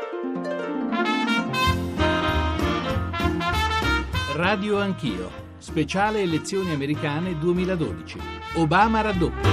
Radio Anch'io, speciale elezioni americane 2012. Obama raddoppia.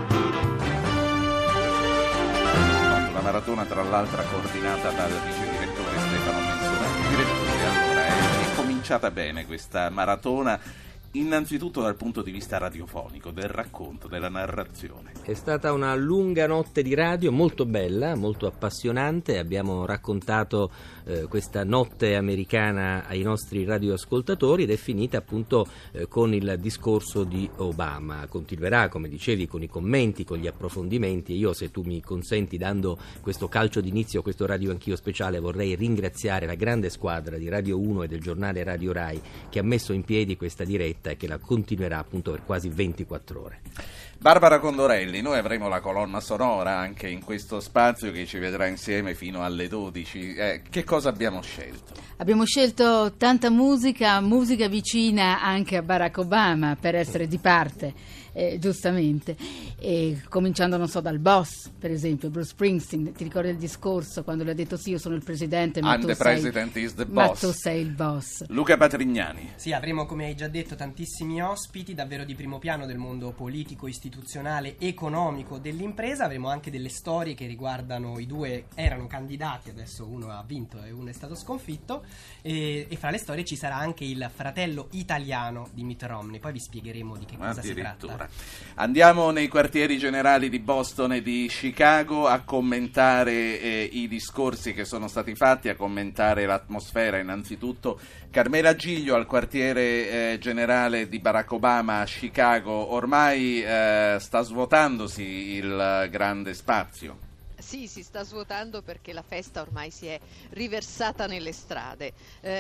La maratona, tra l'altro, coordinata dal vice direttore Stefano Menzionati. Direttore, allora, è cominciata bene questa maratona, innanzitutto dal punto di vista radiofonico, del racconto, della narrazione. È stata una lunga notte di radio, molto bella, molto appassionante. Abbiamo raccontato questa notte americana ai nostri radioascoltatori ed è finita appunto con il discorso di Obama. Continuerà, come dicevi, con i commenti, con gli approfondimenti. Io, se tu mi consenti, dando questo calcio d'inizio a questo Radio Anch'io speciale, vorrei ringraziare la grande squadra di Radio 1 e del giornale Radio Rai che ha messo in piedi questa diretta e che la continuerà appunto per quasi 24 ore. Barbara Condorelli, noi avremo la colonna sonora anche in questo spazio che ci vedrà insieme fino alle 12. Che cosa abbiamo scelto? Abbiamo scelto tanta musica vicina anche a Barack Obama, per essere di parte, giustamente. Cominciando, non so, dal boss, per esempio, Bruce Springsteen. Ti ricordi il discorso quando lui ha detto: sì, io sono il presidente, ma tu sei il boss. Luca Patrignani. Sì, avremo, come hai già detto, tantissimi ospiti davvero di primo piano del mondo politico, istituzionale, economico, dell'impresa. Avremo anche delle storie che riguardano i due, erano candidati, adesso uno ha vinto e uno è stato sconfitto, e fra le storie ci sarà anche il fratello italiano di Mitt Romney. Poi vi spiegheremo di che cosa si tratta. Andiamo nei quartieri generali di Boston e di Chicago a commentare i discorsi che sono stati fatti, a commentare l'atmosfera. Innanzitutto Carmela Giglio al quartiere generale di Barack Obama a Chicago. Ormai sta svuotandosi il grande spazio. Sì, si sta svuotando perché la festa ormai si è riversata nelle strade.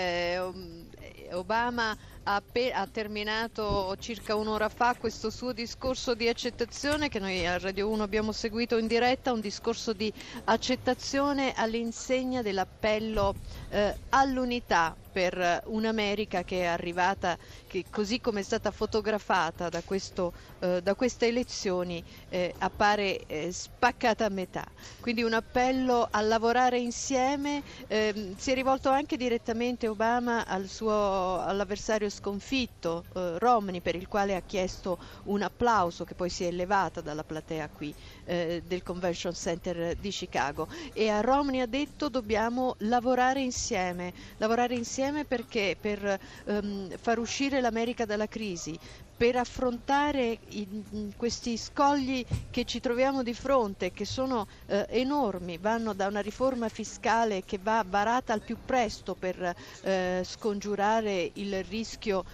Obama ha terminato circa un'ora fa questo suo discorso di accettazione che noi a Radio 1 abbiamo seguito in diretta, un discorso di accettazione all'insegna dell'appello all'unità per un'America che è arrivata, che così come è stata fotografata da queste elezioni, appare spaccata a metà. Quindi un appello a lavorare insieme. Si è rivolto anche direttamente Obama all'avversario sconfitto, Romney, per il quale ha chiesto un applauso che poi si è elevata dalla platea qui del Convention Center di Chicago, e a Romney ha detto: dobbiamo lavorare insieme perché per far uscire l'America dalla crisi, per affrontare questi scogli che ci troviamo di fronte, che sono enormi, vanno da una riforma fiscale che va varata al più presto per scongiurare il rischio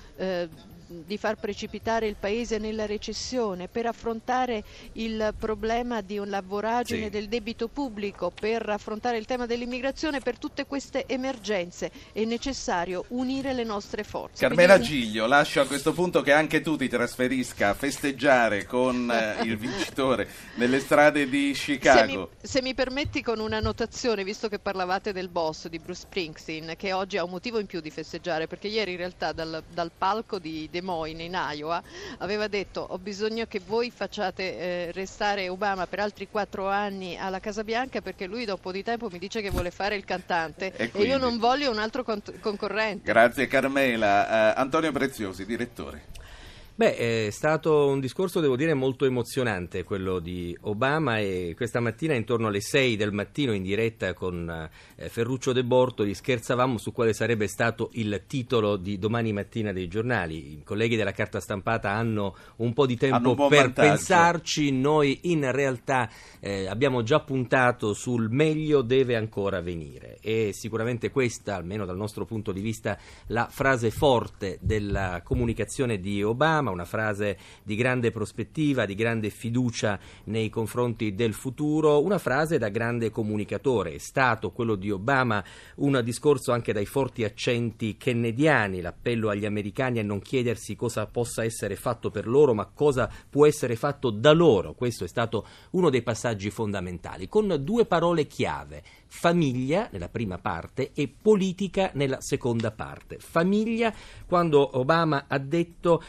di far precipitare il paese nella recessione, per affrontare il problema di una voragine del debito pubblico, per affrontare il tema dell'immigrazione. Per tutte queste emergenze è necessario unire le nostre forze. Carmela Giglio, lascio a questo punto che anche tu ti trasferisca a festeggiare con il vincitore nelle strade di Chicago. Se mi permetti, con una notazione, visto che parlavate del boss di Bruce Springsteen, che oggi ha un motivo in più di festeggiare, perché ieri in realtà dal palco di Des Moines in Iowa aveva detto: ho bisogno che voi facciate restare Obama per altri 4 anni alla Casa Bianca, perché lui dopo di tempo mi dice che vuole fare il cantante e io non voglio un altro concorrente. Grazie Carmela. Antonio Preziosi, direttore. È stato un discorso, devo dire, molto emozionante quello di Obama, e questa mattina intorno alle 6 del mattino in diretta con Ferruccio De Bortoli scherzavamo su quale sarebbe stato il titolo di domani mattina dei giornali. I colleghi della carta stampata hanno un po' di tempo per pensarci, noi in realtà abbiamo già puntato sul meglio deve ancora venire, e sicuramente questa, almeno dal nostro punto di vista, la frase forte della comunicazione di Obama, una frase di grande prospettiva, di grande fiducia nei confronti del futuro, una frase da grande comunicatore. È stato quello di Obama un discorso anche dai forti accenti kennediani, l'appello agli americani a non chiedersi cosa possa essere fatto per loro, ma cosa può essere fatto da loro. Questo è stato uno dei passaggi fondamentali, con 2 parole chiave: famiglia nella prima parte e politica nella seconda parte. Famiglia, quando Obama ha detto che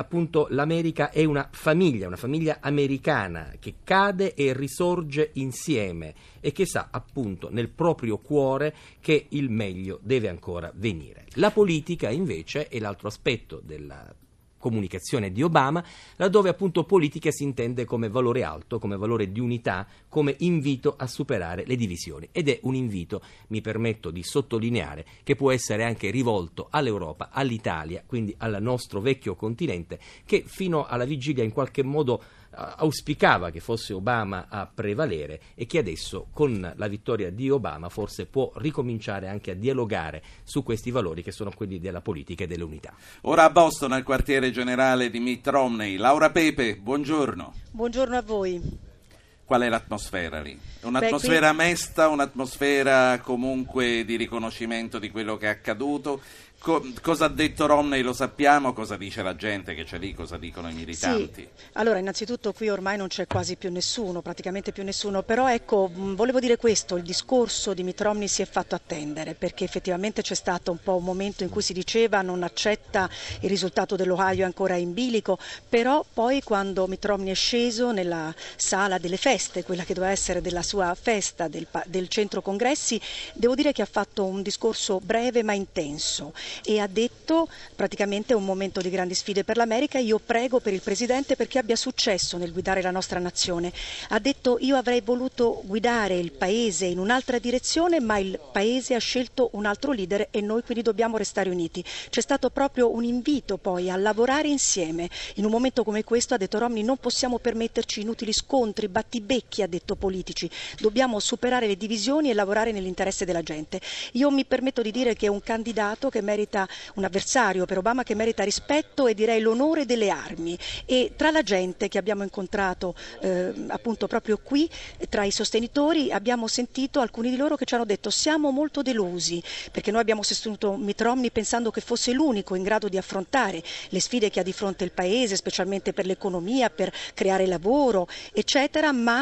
appunto l'America è una famiglia americana che cade e risorge insieme e che sa appunto nel proprio cuore che il meglio deve ancora venire. La politica invece è l'altro aspetto della comunicazione di Obama, laddove appunto politica si intende come valore alto, come valore di unità, come invito a superare le divisioni, ed è un invito, mi permetto di sottolineare, che può essere anche rivolto all'Europa, all'Italia, quindi al nostro vecchio continente, che fino alla vigilia in qualche modo auspicava che fosse Obama a prevalere e che adesso con la vittoria di Obama forse può ricominciare anche a dialogare su questi valori che sono quelli della politica e dell'unità. Ora a Boston, al quartiere generale di Mitt Romney. Laura Pepe, buongiorno. Buongiorno a voi. Qual è l'atmosfera lì? Un'atmosfera mesta, un'atmosfera comunque di riconoscimento di quello che è accaduto? Cosa ha detto Romney lo sappiamo, cosa dice la gente che c'è lì, cosa dicono i militanti? Sì, allora innanzitutto qui ormai non c'è quasi più nessuno, praticamente più nessuno, però ecco, volevo dire questo, il discorso di Mitt Romney si è fatto attendere, perché effettivamente c'è stato un po' un momento in cui si diceva non accetta il risultato dell'Ohio ancora in bilico, però poi quando Mitt Romney è sceso nella sala delle feste, quella che doveva essere della sua festa del centro congressi, devo dire che ha fatto un discorso breve ma intenso e ha detto praticamente è un momento di grandi sfide per l'America, io prego per il Presidente perché abbia successo nel guidare la nostra nazione. Ha detto io avrei voluto guidare il Paese in un'altra direzione ma il Paese ha scelto un altro leader e noi quindi dobbiamo restare uniti. C'è stato proprio un invito poi a lavorare insieme. In un momento come questo, ha detto Romney, non possiamo permetterci inutili scontri, battibecchi, ha detto politici. Dobbiamo superare le divisioni e lavorare nell'interesse della gente. Io mi permetto di dire che è un candidato che merita, un avversario per Obama che merita rispetto e direi l'onore delle armi, e tra la gente che abbiamo incontrato appunto proprio qui, tra i sostenitori, abbiamo sentito alcuni di loro che ci hanno detto siamo molto delusi perché noi abbiamo sostenuto Mitt Romney pensando che fosse l'unico in grado di affrontare le sfide che ha di fronte il Paese, specialmente per l'economia, per creare lavoro, eccetera, ma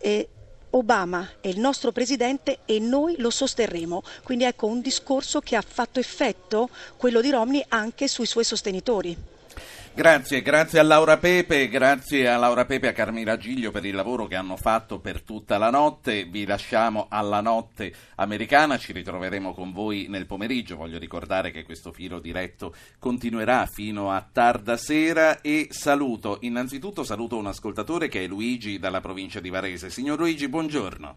Obama è il nostro presidente e noi lo sosterremo. Quindi ecco un discorso che ha fatto effetto, quello di Romney, anche sui suoi sostenitori. Grazie a Laura Pepe, grazie a Laura Pepe e a Carmela Giglio per il lavoro che hanno fatto per tutta la notte. Vi lasciamo alla notte americana, ci ritroveremo con voi nel pomeriggio. Voglio ricordare che questo filo diretto continuerà fino a tarda sera e innanzitutto saluto un ascoltatore che è Luigi dalla provincia di Varese. Signor Luigi, buongiorno.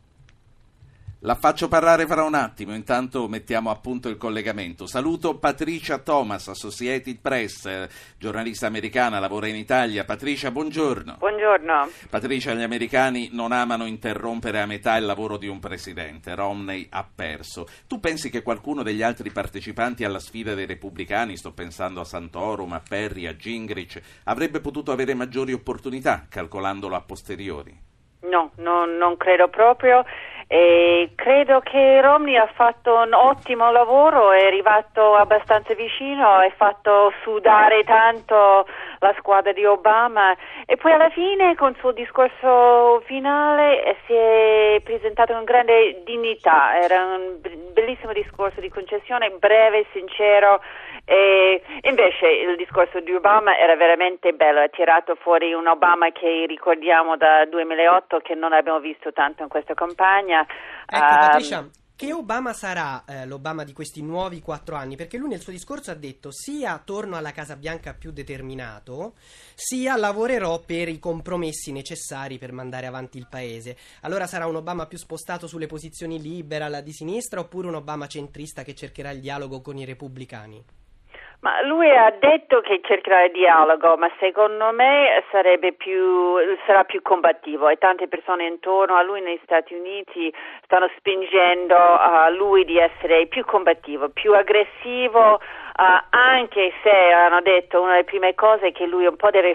La faccio parlare fra un attimo, intanto mettiamo a punto il collegamento. Saluto Patricia Thomas, Associated Press, giornalista americana, lavora in Italia. Patricia, buongiorno. Buongiorno. Patricia, gli americani non amano interrompere a metà il lavoro di un presidente. Romney ha perso. Tu pensi che qualcuno degli altri partecipanti alla sfida dei repubblicani, sto pensando a Santorum, a Perry, a Gingrich, avrebbe potuto avere maggiori opportunità, calcolandolo a posteriori? No, non credo proprio. E credo che Romney ha fatto un ottimo lavoro, è arrivato abbastanza vicino, ha fatto sudare tanto la squadra di Obama e poi alla fine con il suo discorso finale si è presentato con grande dignità. Era un bellissimo discorso di concessione, breve, sincero, e invece il discorso di Obama era veramente bello, ha tirato fuori un Obama che ricordiamo da 2008 che non abbiamo visto tanto in questa campagna. Ecco Patricia, che Obama sarà l'Obama di questi nuovi 4 anni? Perché lui nel suo discorso ha detto sia torno alla Casa Bianca più determinato, sia lavorerò per i compromessi necessari per mandare avanti il paese. Allora sarà un Obama più spostato sulle posizioni liberal di sinistra oppure un Obama centrista che cercherà il dialogo con i repubblicani? Ma lui ha detto che cercherà il dialogo, ma secondo me sarà più combattivo e tante persone intorno a lui negli Stati Uniti stanno spingendo a lui di essere più combattivo, più aggressivo, anche se hanno detto una delle prime cose che lui un po' deve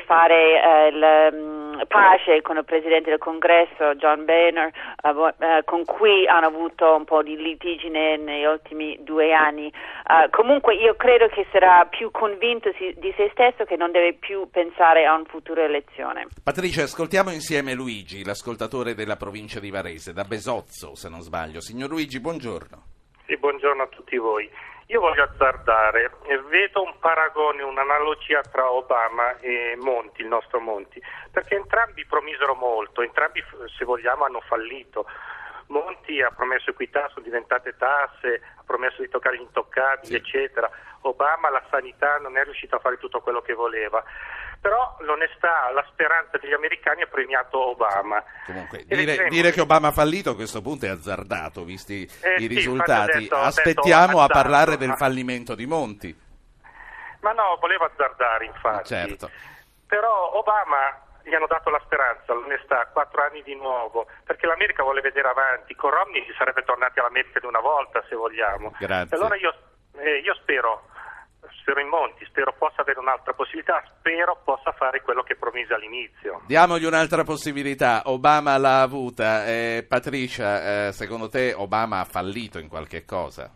fare pace con il Presidente del Congresso, John Boehner, con cui hanno avuto un po' di litigi negli ultimi 2 anni. Comunque io credo che sarà più convinto di se stesso, che non deve più pensare a un futuro elezione. Patricia, ascoltiamo insieme Luigi, l'ascoltatore della provincia di Varese, da Besozzo se non sbaglio. Signor Luigi, buongiorno. Sì, buongiorno a tutti voi. Io voglio azzardare, vedo un paragone, un'analogia tra Obama e Monti, il nostro Monti, perché entrambi promisero molto, entrambi se vogliamo hanno fallito. Monti ha promesso equità, sono diventate tasse, ha promesso di toccare gli intoccabili, eccetera. Obama la sanità non è riuscito a fare tutto quello che voleva. Però l'onestà, la speranza degli americani ha premiato Obama. Comunque, dire che Obama ha fallito a questo punto è azzardato, visti i risultati. Aspettiamo a parlare del fallimento di Monti. Ma no, volevo azzardare, infatti. Certo. Però Obama gli hanno dato la speranza, l'onestà, 4 anni di nuovo, perché l'America vuole vedere avanti. Con Romney si sarebbe tornati all'America di una volta, se vogliamo. Grazie. Allora io spero in Monti, spero possa avere un'altra possibilità, spero possa fare quello che promise all'inizio. Diamogli un'altra possibilità. Obama l'ha avuta. Patricia, secondo te Obama ha fallito in qualche cosa?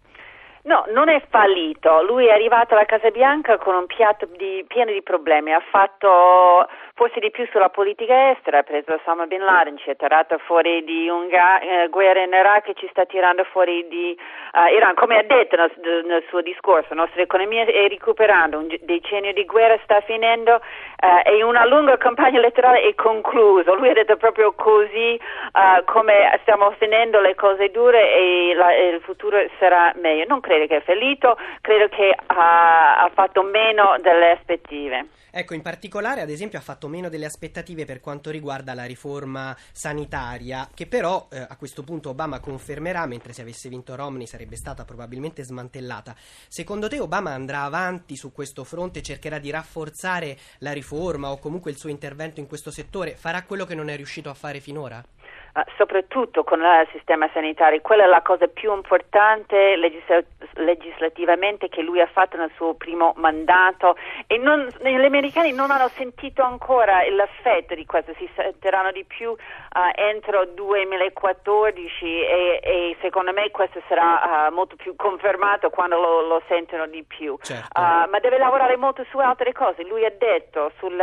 No, non è fallito. Lui è arrivato alla Casa Bianca con un piatto pieno di problemi. Ha fatto forse di più sulla politica estera, ha preso Osama Bin Laden, ci ha tirato fuori di una guerra in Iraq e ci sta tirando fuori di Iran. Come ha detto nel suo discorso, la nostra economia è recuperando, un decennio di guerra sta finendo e una lunga campagna elettorale è conclusa. Lui ha detto proprio così, come stiamo finendo le cose dure e il futuro sarà meglio. Non credo che è fallito, credo che ha fatto meno delle aspettative. Ecco, in particolare, ad esempio, ha fatto meno delle aspettative per quanto riguarda la riforma sanitaria, che però a questo punto Obama confermerà, mentre se avesse vinto Romney sarebbe stata probabilmente smantellata. Secondo te Obama andrà avanti su questo fronte, cercherà di rafforzare la riforma o comunque il suo intervento in questo settore? Farà quello che non è riuscito a fare finora? Soprattututto con il sistema sanitario, quella è la cosa più importante legislativamente che lui ha fatto nel suo primo mandato e gli americani non hanno sentito ancora l'effetto di questo, si sentiranno di più entro 2014 e secondo me questo sarà molto più confermato quando lo sentono di più. Certo. Ma deve lavorare molto su altre cose. Lui ha detto sul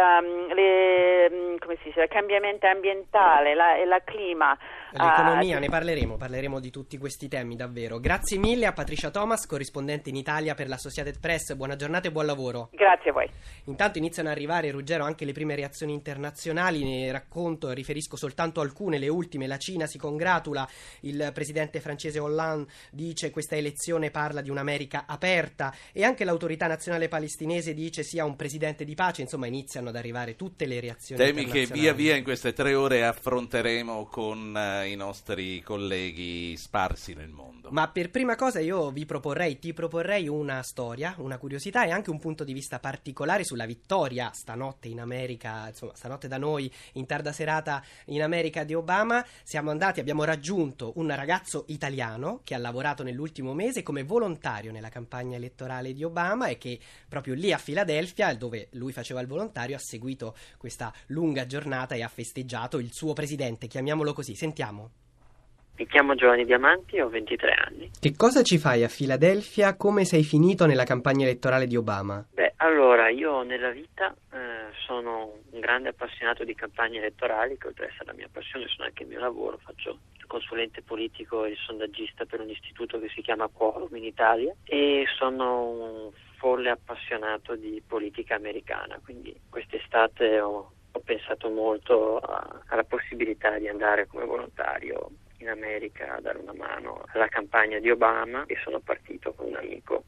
il cambiamento ambientale, la clima. L'economia, ne parleremo di tutti questi temi davvero. Grazie mille a Patricia Thomas, corrispondente in Italia per l'Associated Press. Buona giornata e buon lavoro. Grazie a voi. Intanto iniziano ad arrivare, Ruggero, anche le prime reazioni internazionali. Ne riferisco soltanto alcune, le ultime. La Cina si congratula, il presidente francese Hollande dice questa elezione parla di un'America aperta e anche l'autorità nazionale palestinese dice sia un presidente di pace. Insomma, iniziano ad arrivare tutte le reazioni temi che internazionali. via via in queste 3 ore affronteremo con i nostri colleghi sparsi nel mondo. Ma per prima cosa io ti proporrei una storia, una curiosità e anche un punto di vista particolare sulla vittoria stanotte in America, insomma stanotte da noi in tarda serata in America di Obama. Abbiamo raggiunto un ragazzo italiano che ha lavorato nell'ultimo mese come volontario nella campagna elettorale di Obama e che proprio lì a Filadelfia, dove lui faceva il volontario, ha seguito questa lunga giornata e ha festeggiato il suo presidente, chiamiamolo così. Sentiamo. Mi chiamo Giovanni Diamanti, ho 23 anni. Che cosa ci fai a Filadelfia? Come sei finito nella campagna elettorale di Obama? Allora, io nella vita sono un grande appassionato di campagne elettorali, che oltre ad essere la mia passione sono anche il mio lavoro. Faccio il consulente politico e il sondaggista per un istituto che si chiama Quorum in Italia e sono un folle appassionato di politica americana, quindi quest'estate ho pensato molto alla possibilità di andare come volontario in America a dare una mano alla campagna di Obama e sono partito con un amico.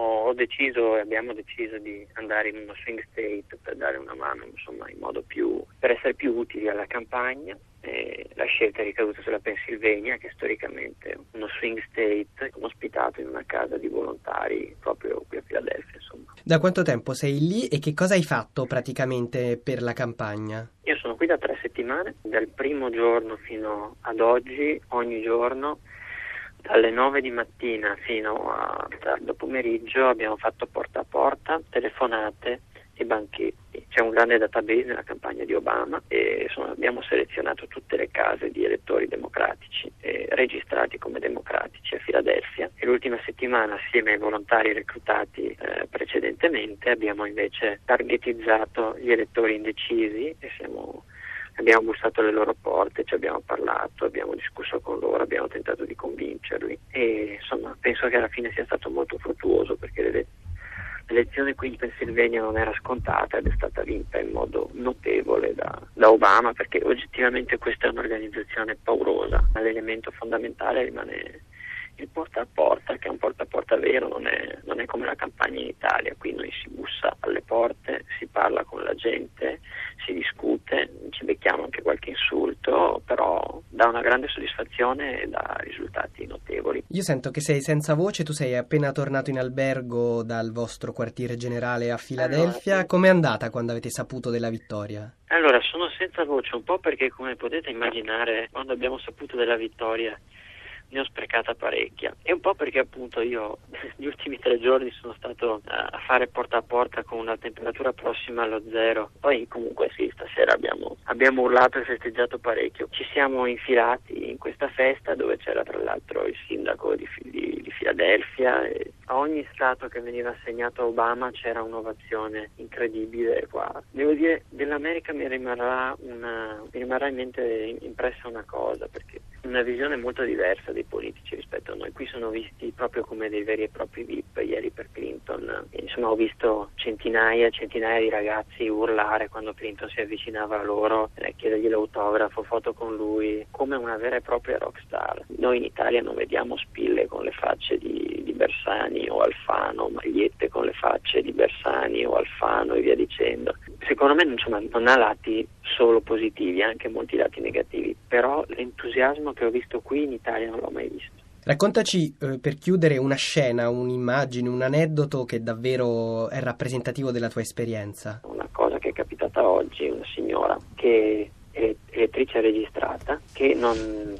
Abbiamo deciso di andare in uno swing state per dare una mano, insomma, per essere più utili alla campagna. E la scelta è ricaduta sulla Pennsylvania, che è storicamente uno swing state, ospitato in una casa di volontari proprio qui a Filadelfia, insomma. Da quanto tempo sei lì e che cosa hai fatto praticamente per la campagna? Io sono qui da 3 settimane, dal primo giorno fino ad oggi, ogni giorno, dalle 9 di mattina fino a tardo pomeriggio abbiamo fatto porta a porta, telefonate e banchetti. C'è un grande database nella campagna di Obama e abbiamo selezionato tutte le case di elettori democratici registrati come democratici a Filadelfia e l'ultima settimana, assieme ai volontari reclutati precedentemente, abbiamo invece targetizzato gli elettori indecisi e abbiamo bussato alle loro porte, ci abbiamo parlato, abbiamo discusso con loro, abbiamo tentato di convincerli e insomma penso che alla fine sia stato molto fruttuoso, perché l'elezione qui in Pennsylvania non era scontata ed è stata vinta in modo notevole da Obama, perché oggettivamente questa è un'organizzazione paurosa, ma l'elemento fondamentale rimane il porta a porta, che è un porta a porta vero, non è come la campagna in Italia. Qui noi si bussa alle porte, si parla con la gente, si discute, ci becchiamo anche qualche insulto, però dà una grande soddisfazione e dà risultati notevoli. Io sento che sei senza voce, tu sei appena tornato in albergo dal vostro quartiere generale a Filadelfia. Allora, com'è andata quando avete saputo della vittoria? Allora, sono senza voce un po' perché, come potete immaginare, quando abbiamo saputo della vittoria ne ho sprecata parecchia, e un po' perché appunto io gli ultimi 3 giorni sono stato a fare porta a porta con una temperatura prossima allo 0. Poi comunque sì, stasera abbiamo urlato e festeggiato parecchio. Ci siamo infilati in questa festa dove c'era tra l'altro il sindaco di Filadelfia, e a ogni stato che veniva assegnato a Obama c'era un'ovazione incredibile qua. Devo dire, dell'America mi rimarrà in mente impressa una cosa, perché una visione molto diversa dei politici rispetto a noi. Qui sono visti proprio come dei veri e propri VIP. Ieri per Clinton, insomma, ho visto centinaia di ragazzi urlare quando Clinton si avvicinava a loro, chiedergli l'autografo, foto con lui, come una vera e propria rockstar. Noi in Italia non vediamo spille con le facce di Bersani o Alfano, magliette con le facce di Bersani o Alfano e via dicendo. Secondo me non ha lati solo positivi, anche molti lati negativi, però l'entusiasmo che ho visto qui in Italia non l'ho mai visto. Raccontaci per chiudere una scena, un'immagine, un aneddoto che davvero è rappresentativo della tua esperienza. Una cosa che è capitata oggi, una signora che è elettrice registrata, che non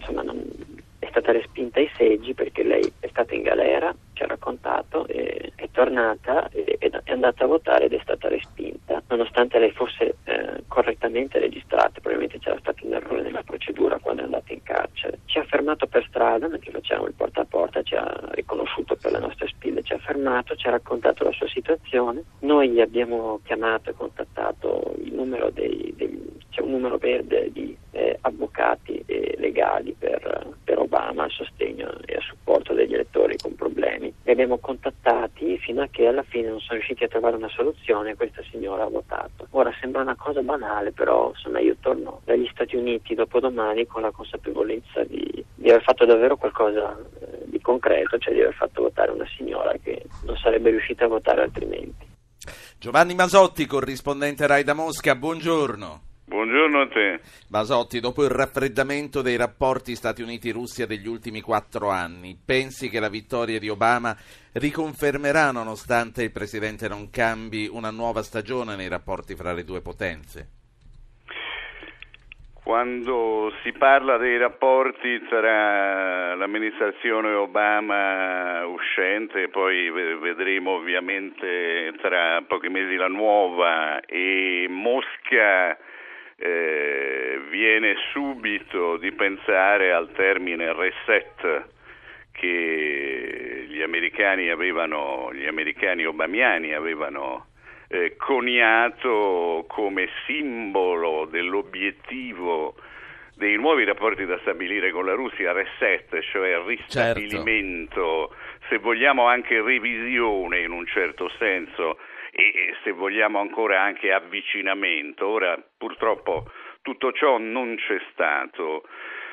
è stata respinta ai seggi perché lei è stata in galera, ci ha raccontato, è tornata, è andata a votare ed è stata respinta, nonostante lei fosse correttamente registrata. Probabilmente c'era stato un errore nella procedura quando è andata in carcere. Ci ha fermato per strada mentre facevamo il porta a porta, ci ha riconosciuto per le nostre spille, ci ha fermato, ci ha raccontato la sua situazione. Noi abbiamo chiamato e contattato il numero c'è un numero verde di avvocati e legali per Obama a sostegno e a supporto degli elettori con problemi. Li abbiamo contattati fino a che alla fine non sono riusciti a trovare una soluzione e questa signora ha votato. Ora sembra una cosa banale, però insomma io torno dagli Stati Uniti dopodomani con la consapevolezza di aver fatto davvero qualcosa di concreto, cioè di aver fatto votare una signora che non sarebbe riuscita a votare altrimenti. Giovanni Masotti, corrispondente Rai da Mosca, buongiorno. Buongiorno a te. Masotti, dopo il raffreddamento dei rapporti Stati Uniti-Russia degli ultimi 4 anni, pensi che la vittoria di Obama riconfermerà, nonostante il Presidente non cambi, una nuova stagione nei rapporti fra le due potenze? Quando si parla dei rapporti tra l'amministrazione Obama uscente, poi vedremo ovviamente tra pochi mesi la nuova, e Mosca, viene subito di pensare al termine reset che gli americani obamiani avevano coniato come simbolo dell'obiettivo dei nuovi rapporti da stabilire con la Russia, reset, cioè ristabilimento, se vogliamo anche revisione in un certo senso, e se vogliamo ancora anche avvicinamento. Ora purtroppo tutto ciò non c'è stato.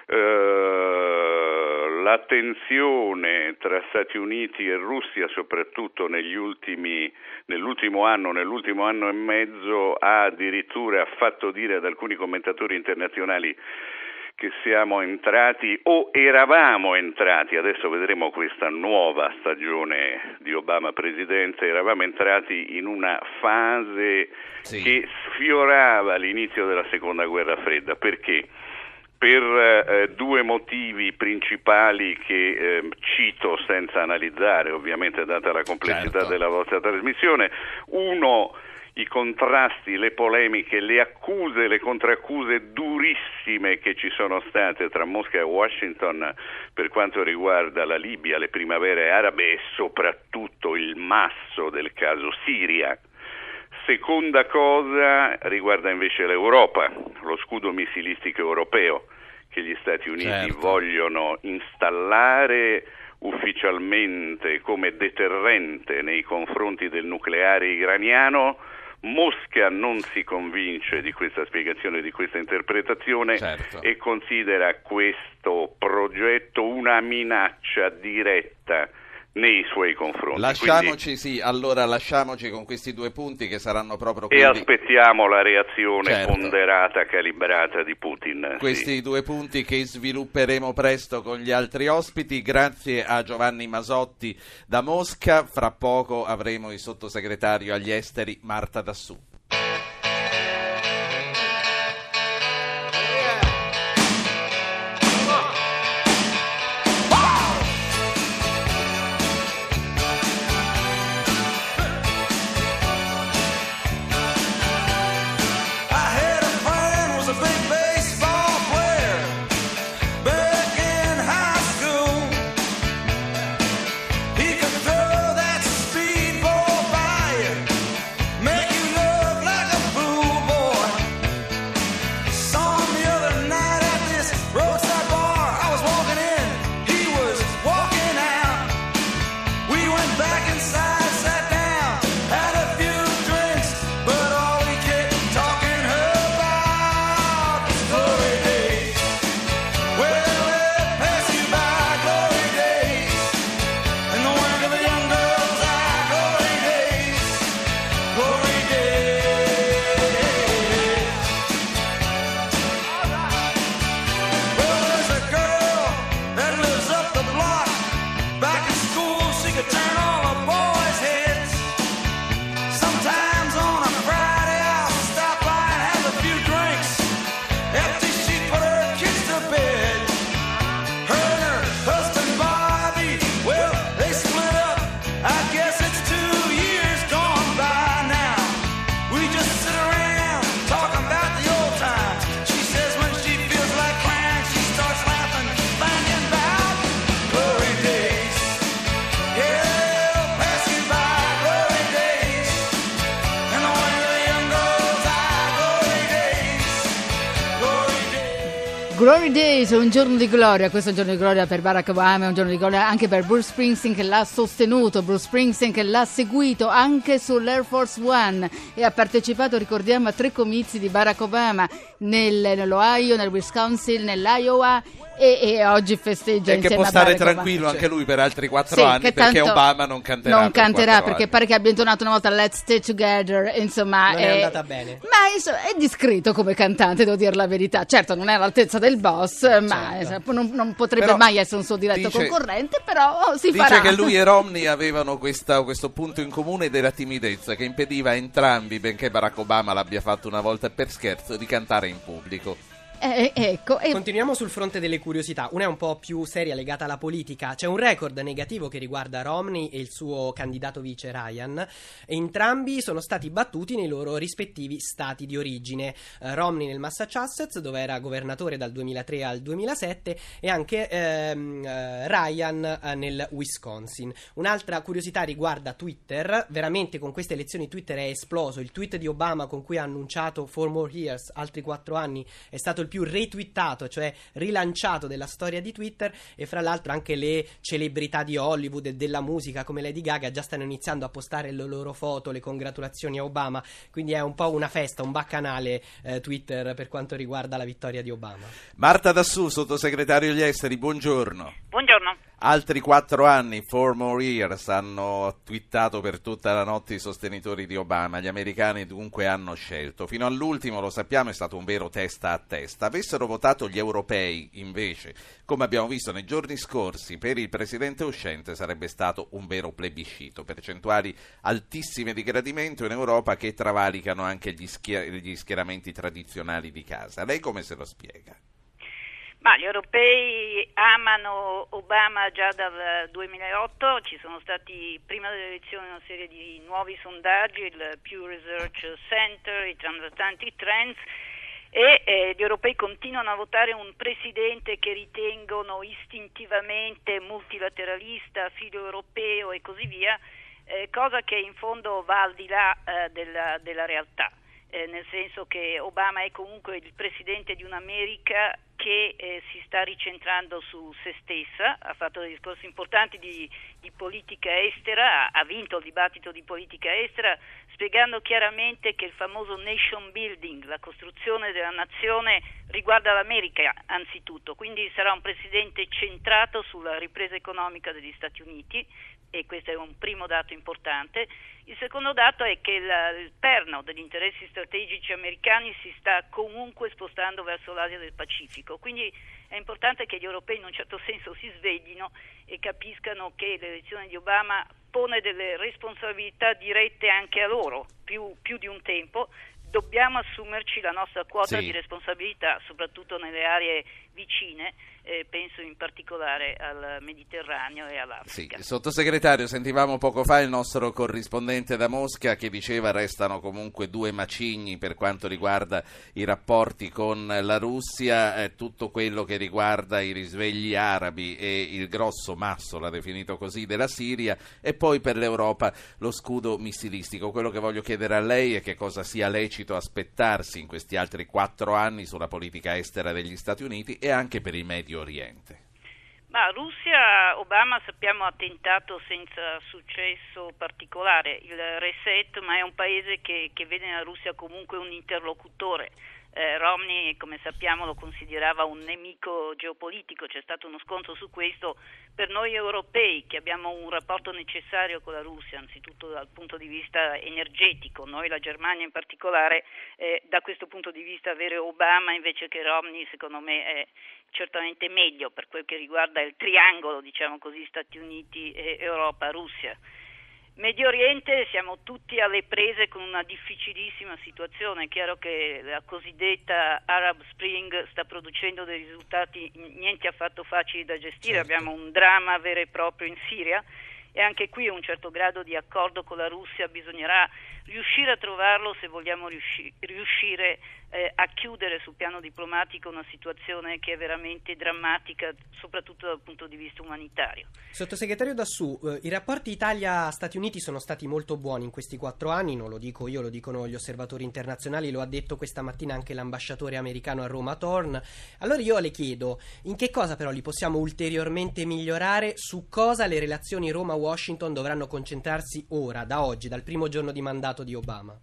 L'attenzione tra Stati Uniti e Russia, soprattutto nell'ultimo anno e mezzo, ha addirittura fatto dire ad alcuni commentatori internazionali che siamo entrati o eravamo entrati, adesso vedremo questa nuova stagione di Obama presidente, eravamo entrati in una fase che sfiorava l'inizio della seconda guerra fredda. Perché? Per 2 motivi principali che cito senza analizzare, ovviamente, data la complessità della vostra trasmissione. Uno, i contrasti, le polemiche, le accuse, le contraccuse durissime che ci sono state tra Mosca e Washington per quanto riguarda la Libia, le primavere arabe e soprattutto il masso del caso Siria. seconda cosa riguarda invece l'Europa, lo scudo missilistico europeo che gli Stati Uniti vogliono installare ufficialmente come deterrente nei confronti del nucleare iraniano. Mosca non si convince di questa spiegazione, di questa interpretazione e considera questo progetto una minaccia diretta nei suoi confronti. Lasciamoci con questi due punti che saranno proprio quelli. E aspettiamo la reazione ponderata, calibrata di Putin. Questi due punti che svilupperemo presto con gli altri ospiti. Grazie a Giovanni Masotti da Mosca. Fra poco avremo il sottosegretario agli esteri Marta Dassù. Glory Days, un giorno di gloria. Questo è un giorno di gloria per Barack Obama, è un giorno di gloria anche per Bruce Springsteen, che l'ha sostenuto, Bruce Springsteen che l'ha seguito anche sull'Air Force One e ha partecipato, ricordiamo, a 3 comizi di Barack Obama nell'Ohio, nel Wisconsin, nell'Iowa, e oggi festeggia insieme a Barack Obama. E che può stare tranquillo anche lui per altri 4 anni, perché Obama non canterà. Non canterà perché pare che abbia intonato una volta Let's Stay Together, insomma. Non è andata bene. Ma insomma, è discreto come cantante, devo dire la verità. Certo, non è all'altezza del boss, ma non potrebbe mai essere un suo diretto concorrente, però si farà. Dice che lui e Romney avevano questo punto in comune della timidezza che impediva a entrambi, benché Barack Obama l'abbia fatto una volta per scherzo, di cantare in pubblico. Continuiamo sul fronte delle curiosità. Una è un po' più seria, legata alla politica. C'è un record negativo che riguarda Romney e il suo candidato vice Ryan. Entrambi sono stati battuti nei loro rispettivi stati di origine. Romney nel Massachusetts, dove era governatore dal 2003 al 2007, e anche Ryan nel Wisconsin. Un'altra curiosità riguarda Twitter. Veramente con queste elezioni Twitter è esploso. Il tweet di Obama con cui ha annunciato 4 more years, altri 4 anni, è stato il più retweetato, cioè rilanciato della storia di Twitter, e fra l'altro anche le celebrità di Hollywood e della musica come Lady Gaga già stanno iniziando a postare le loro foto, le congratulazioni a Obama, quindi è un po' una festa, un baccanale Twitter per quanto riguarda la vittoria di Obama. Marta Dassù, sottosegretario agli esteri, buongiorno. Buongiorno. Altri 4 anni, 4 more years, hanno twittato per tutta la notte i sostenitori di Obama. Gli americani dunque hanno scelto. Fino all'ultimo, lo sappiamo, è stato un vero testa a testa. Avessero votato gli europei, invece, come abbiamo visto nei giorni scorsi, per il presidente uscente sarebbe stato un vero plebiscito. Percentuali altissime di gradimento in Europa che travalicano anche gli schieramenti tradizionali di casa. Lei come se lo spiega? Ma gli europei amano Obama già dal 2008, ci sono stati prima delle elezioni una serie di nuovi sondaggi, il Pew Research Center, i Transatlantic Trends, e gli europei continuano a votare un presidente che ritengono istintivamente multilateralista, filo europeo e così via, cosa che in fondo va al di là della realtà. Nel senso che Obama è comunque il presidente di un'America che si sta ricentrando su se stessa, ha fatto dei discorsi importanti di politica estera, ha vinto il dibattito di politica estera, spiegando chiaramente che il famoso nation building, la costruzione della nazione, riguarda l'America anzitutto, quindi sarà un presidente centrato sulla ripresa economica degli Stati Uniti, e questo è un primo dato importante. Il secondo dato è che il perno degli interessi strategici americani si sta comunque spostando verso l'Asia del Pacifico, quindi è importante che gli europei in un certo senso si sveglino e capiscano che l'elezione di Obama pone delle responsabilità dirette anche a loro, più di un tempo. Dobbiamo assumerci la nostra quota di responsabilità, soprattutto nelle aree vicine, penso in particolare al Mediterraneo e all'Africa. Sì. Sottosegretario, sentivamo poco fa il nostro corrispondente da Mosca che diceva restano comunque due macigni per quanto riguarda i rapporti con la Russia, tutto quello che riguarda i risvegli arabi e il grosso masso, l'ha definito così, della Siria, e poi per l'Europa lo scudo missilistico. Quello che voglio chiedere a lei è che cosa sia lecito aspettarsi in questi altri 4 anni sulla politica estera degli Stati Uniti e anche per il Medio Oriente. Ma Russia, Obama sappiamo ha tentato senza successo particolare il reset, ma è un paese che vede nella Russia comunque un interlocutore. Romney, come sappiamo, lo considerava un nemico geopolitico, c'è stato uno scontro su questo. Per noi europei, che abbiamo un rapporto necessario con la Russia, anzitutto dal punto di vista energetico, noi la Germania in particolare, da questo punto di vista avere Obama invece che Romney secondo me è certamente meglio per quel che riguarda il triangolo, diciamo così, Stati Uniti, Europa, Russia. Medio Oriente siamo tutti alle prese con una difficilissima situazione. È chiaro che la cosiddetta Arab Spring sta producendo dei risultati niente affatto facili da gestire. Certo. Abbiamo un dramma vero e proprio in Siria e anche qui un certo grado di accordo con la Russia bisognerà riuscire a trovarlo se vogliamo riuscire a chiudere sul piano diplomatico una situazione che è veramente drammatica, soprattutto dal punto di vista umanitario. Sottosegretario Dassù, i rapporti Italia-Stati Uniti sono stati molto buoni in questi 4 anni, non lo dico io, lo dicono gli osservatori internazionali, lo ha detto questa mattina anche l'ambasciatore americano a Roma Thorn. Allora io le chiedo, in che cosa però li possiamo ulteriormente migliorare, su cosa le relazioni Roma-Washington dovranno concentrarsi ora, da oggi, dal primo giorno di mandato di Obama?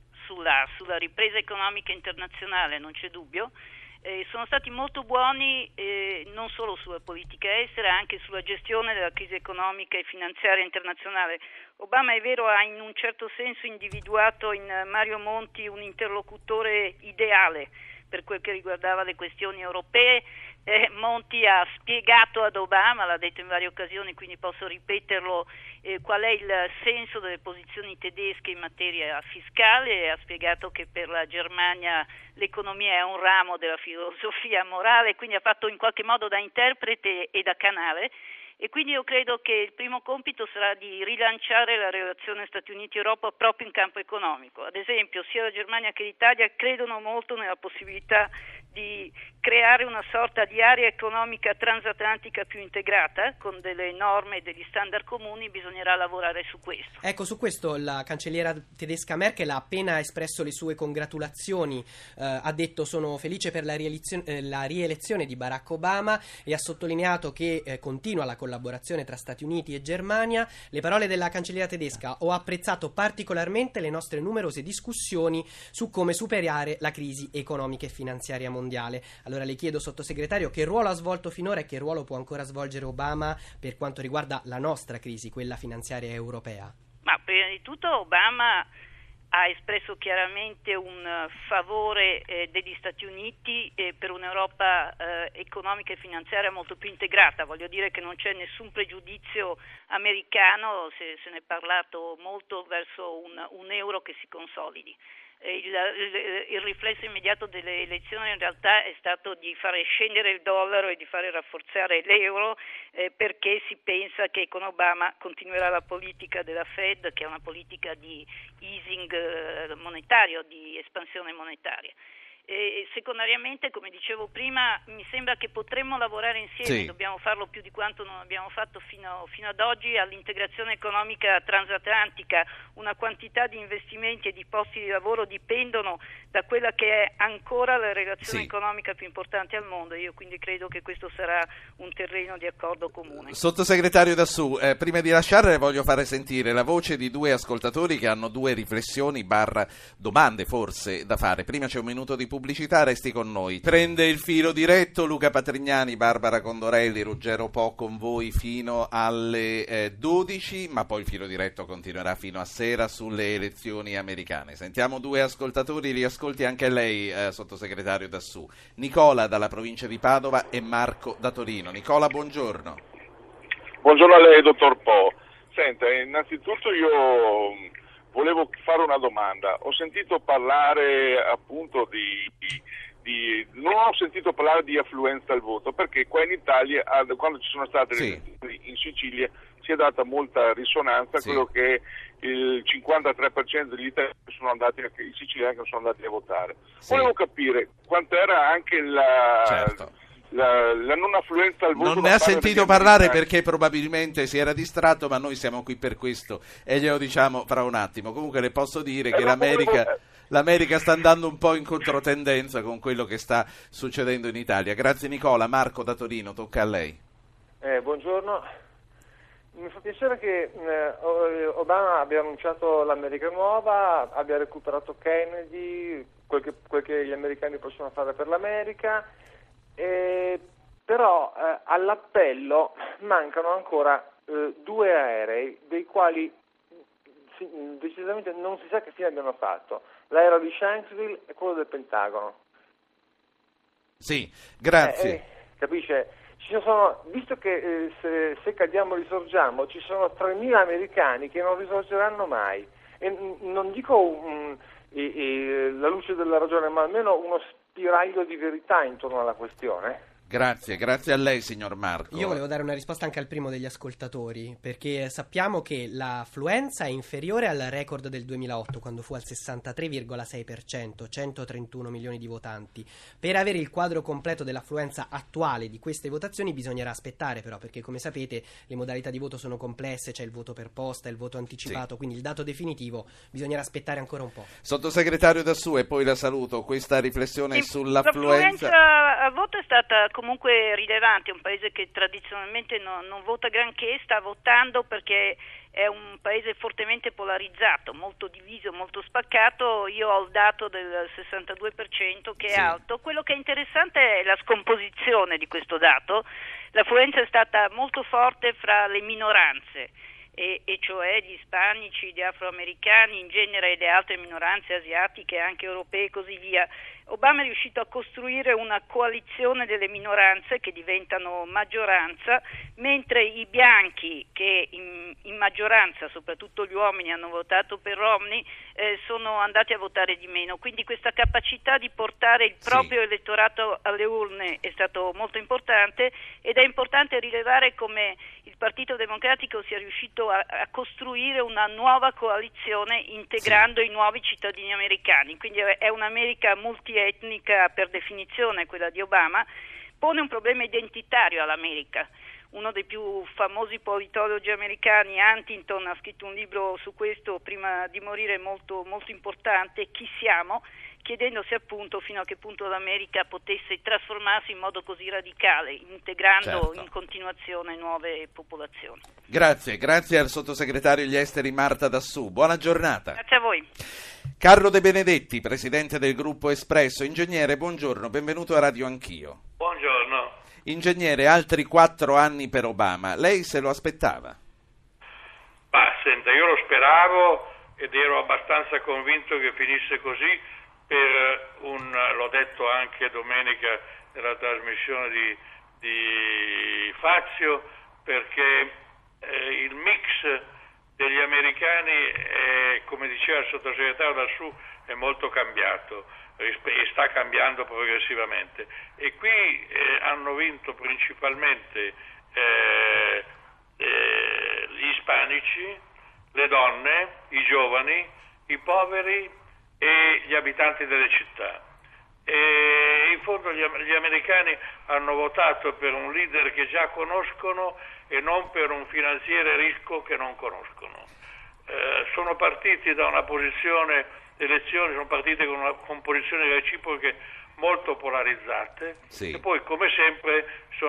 Sulla ripresa economica internazionale non c'è dubbio, sono stati molto buoni non solo sulla politica estera, anche sulla gestione della crisi economica e finanziaria internazionale. Obama, è vero, ha in un certo senso individuato in Mario Monti un interlocutore ideale per quel che riguardava le questioni europee. Monti ha spiegato ad Obama, l'ha detto in varie occasioni, quindi posso ripeterlo, qual è il senso delle posizioni tedesche in materia fiscale. Ha spiegato che per la Germania l'economia è un ramo della filosofia morale, quindi ha fatto in qualche modo da interprete e da canale. E quindi io credo che il primo compito sarà di rilanciare la relazione Stati Uniti-Europa proprio in campo economico. Ad esempio, sia la Germania che l'Italia credono molto nella possibilità di creare una sorta di area economica transatlantica più integrata, con delle norme e degli standard comuni. Bisognerà lavorare su questo. Ecco, su questo la cancelliera tedesca Merkel ha appena espresso le sue congratulazioni, ha detto sono felice per la rielezione di Barack Obama e ha sottolineato che continua la collaborazione tra Stati Uniti e Germania. Le parole della cancelliera tedesca: ho apprezzato particolarmente le nostre numerose discussioni su come superare la crisi economica e finanziaria mondiale. Allora le chiedo, sottosegretario, che ruolo ha svolto finora e che ruolo può ancora svolgere Obama per quanto riguarda la nostra crisi, quella finanziaria europea? Ma prima di tutto Obama ha espresso chiaramente un favore degli Stati Uniti per un'Europa economica e finanziaria molto più integrata. Voglio dire che non c'è nessun pregiudizio americano, se ne è parlato molto, verso un euro che si consolidi. Il riflesso immediato delle elezioni in realtà è stato di fare scendere il dollaro e di fare rafforzare l'euro, perché si pensa che con Obama continuerà la politica della Fed, che è una politica di easing monetario, di espansione monetaria. E secondariamente, come dicevo prima, mi sembra che potremmo lavorare insieme, dobbiamo farlo più di quanto non abbiamo fatto fino ad oggi, all'integrazione economica transatlantica. Una quantità di investimenti e di posti di lavoro dipendono da quella che è ancora la relazione economica più importante al mondo. Io quindi credo che questo sarà un terreno di accordo comune. Sottosegretario Dassù, prima di lasciare voglio fare sentire la voce di due ascoltatori che hanno due riflessioni / domande forse da fare. Prima c'è un minuto di pubblicità, resti con noi. Prende il filo diretto Luca Patrignani, Barbara Condorelli, Ruggero Po con voi fino alle 12, ma poi il filo diretto continuerà fino a sera sulle elezioni americane. Sentiamo due ascoltatori, li ascolti anche lei, sottosegretario Dassù. Nicola dalla provincia di Padova e Marco da Torino. Nicola, buongiorno. Buongiorno a lei, dottor Po. Senta, innanzitutto io volevo fare una domanda. Ho sentito parlare appunto non ho sentito parlare di affluenza al voto, perché qua in Italia, quando ci sono state le elezioni in Sicilia, si è data molta risonanza a quello che il 53% degli italiani i siciliani che sono andati a votare. Volevo capire quant'era anche la non affluenza al voto. Non ne ha sentito parlare perché probabilmente si era distratto, ma noi siamo qui per questo e glielo diciamo fra un attimo. Comunque le posso dire che l'America sta andando un po' in controtendenza con quello che sta succedendo in Italia. Grazie Nicola. Marco da Torino, tocca a lei. Buongiorno. Mi fa piacere che Obama abbia annunciato l'America nuova, abbia recuperato Kennedy, quel che gli americani possono fare per l'America. Però all'appello mancano ancora 2 aerei, dei quali decisamente non si sa che fine abbiano fatto, l'aereo di Shanksville e quello del Pentagono. Sì, grazie. Capisce? Visto che se cadiamo risorgiamo, ci sono 3.000 americani che non risorgeranno mai, e non dico la luce della ragione, ma almeno uno spiraglio di verità intorno alla questione. Grazie a lei signor Marco. Io volevo dare una risposta anche al primo degli ascoltatori, perché sappiamo che l'affluenza è inferiore al record del 2008, quando fu al 63,6%, 131 milioni di votanti. Per avere il quadro completo dell'affluenza attuale di queste votazioni bisognerà aspettare però, perché come sapete le modalità di voto sono complesse, c'è il voto per posta, il voto anticipato, quindi il dato definitivo bisognerà aspettare ancora un po'. Sottosegretario Dassù, e poi la saluto, questa riflessione sull'affluenza. L'affluenza al voto è stata comunque rilevante. Un paese che tradizionalmente non vota granché sta votando perché è un paese fortemente polarizzato, molto diviso, molto spaccato. Io ho il dato del 62% che è alto. Quello che è interessante è la scomposizione di questo dato. L'affluenza è stata molto forte fra le minoranze, e cioè gli ispanici, gli afroamericani, in genere le altre minoranze asiatiche, anche europee e così via. Obama è riuscito a costruire una coalizione delle minoranze che diventano maggioranza, mentre i bianchi, che in maggioranza, soprattutto gli uomini, hanno votato per Romney, sono andati a votare di meno. Quindi questa capacità di portare il proprio elettorato alle urne è stato molto importante, ed è importante rilevare come il Partito Democratico sia riuscito a costruire una nuova coalizione integrando i nuovi cittadini americani. Quindi è un'America multietnica per definizione quella di Obama. Pone un problema identitario all'America. Uno dei più famosi politologi americani, Huntington, ha scritto un libro su questo prima di morire molto, molto importante, Chi siamo?, chiedendosi appunto fino a che punto l'America potesse trasformarsi in modo così radicale, integrando in continuazione nuove popolazioni. Grazie al sottosegretario agli esteri Marta Dassù. Buona giornata. Grazie a voi. Carlo De Benedetti, presidente del gruppo Espresso. Ingegnere, buongiorno, benvenuto a Radio Anch'io. Buongiorno. Ingegnere, altri 4 anni per Obama. Lei se lo aspettava? Senta, io lo speravo ed ero abbastanza convinto che finisse così l'ho detto anche domenica nella trasmissione di Fazio, perché il mix degli americani, come diceva il sottosegretario Dassù, è molto cambiato e sta cambiando progressivamente, e qui hanno vinto principalmente gli ispanici, le donne, i giovani, i poveri e gli abitanti delle città. e in fondo gli americani hanno votato per un leader che già conoscono e non per un finanziere ricco che non conoscono. Sono partiti da una posizione, le elezioni sono partite con posizioni reciproche molto polarizzate, sì. E poi come sempre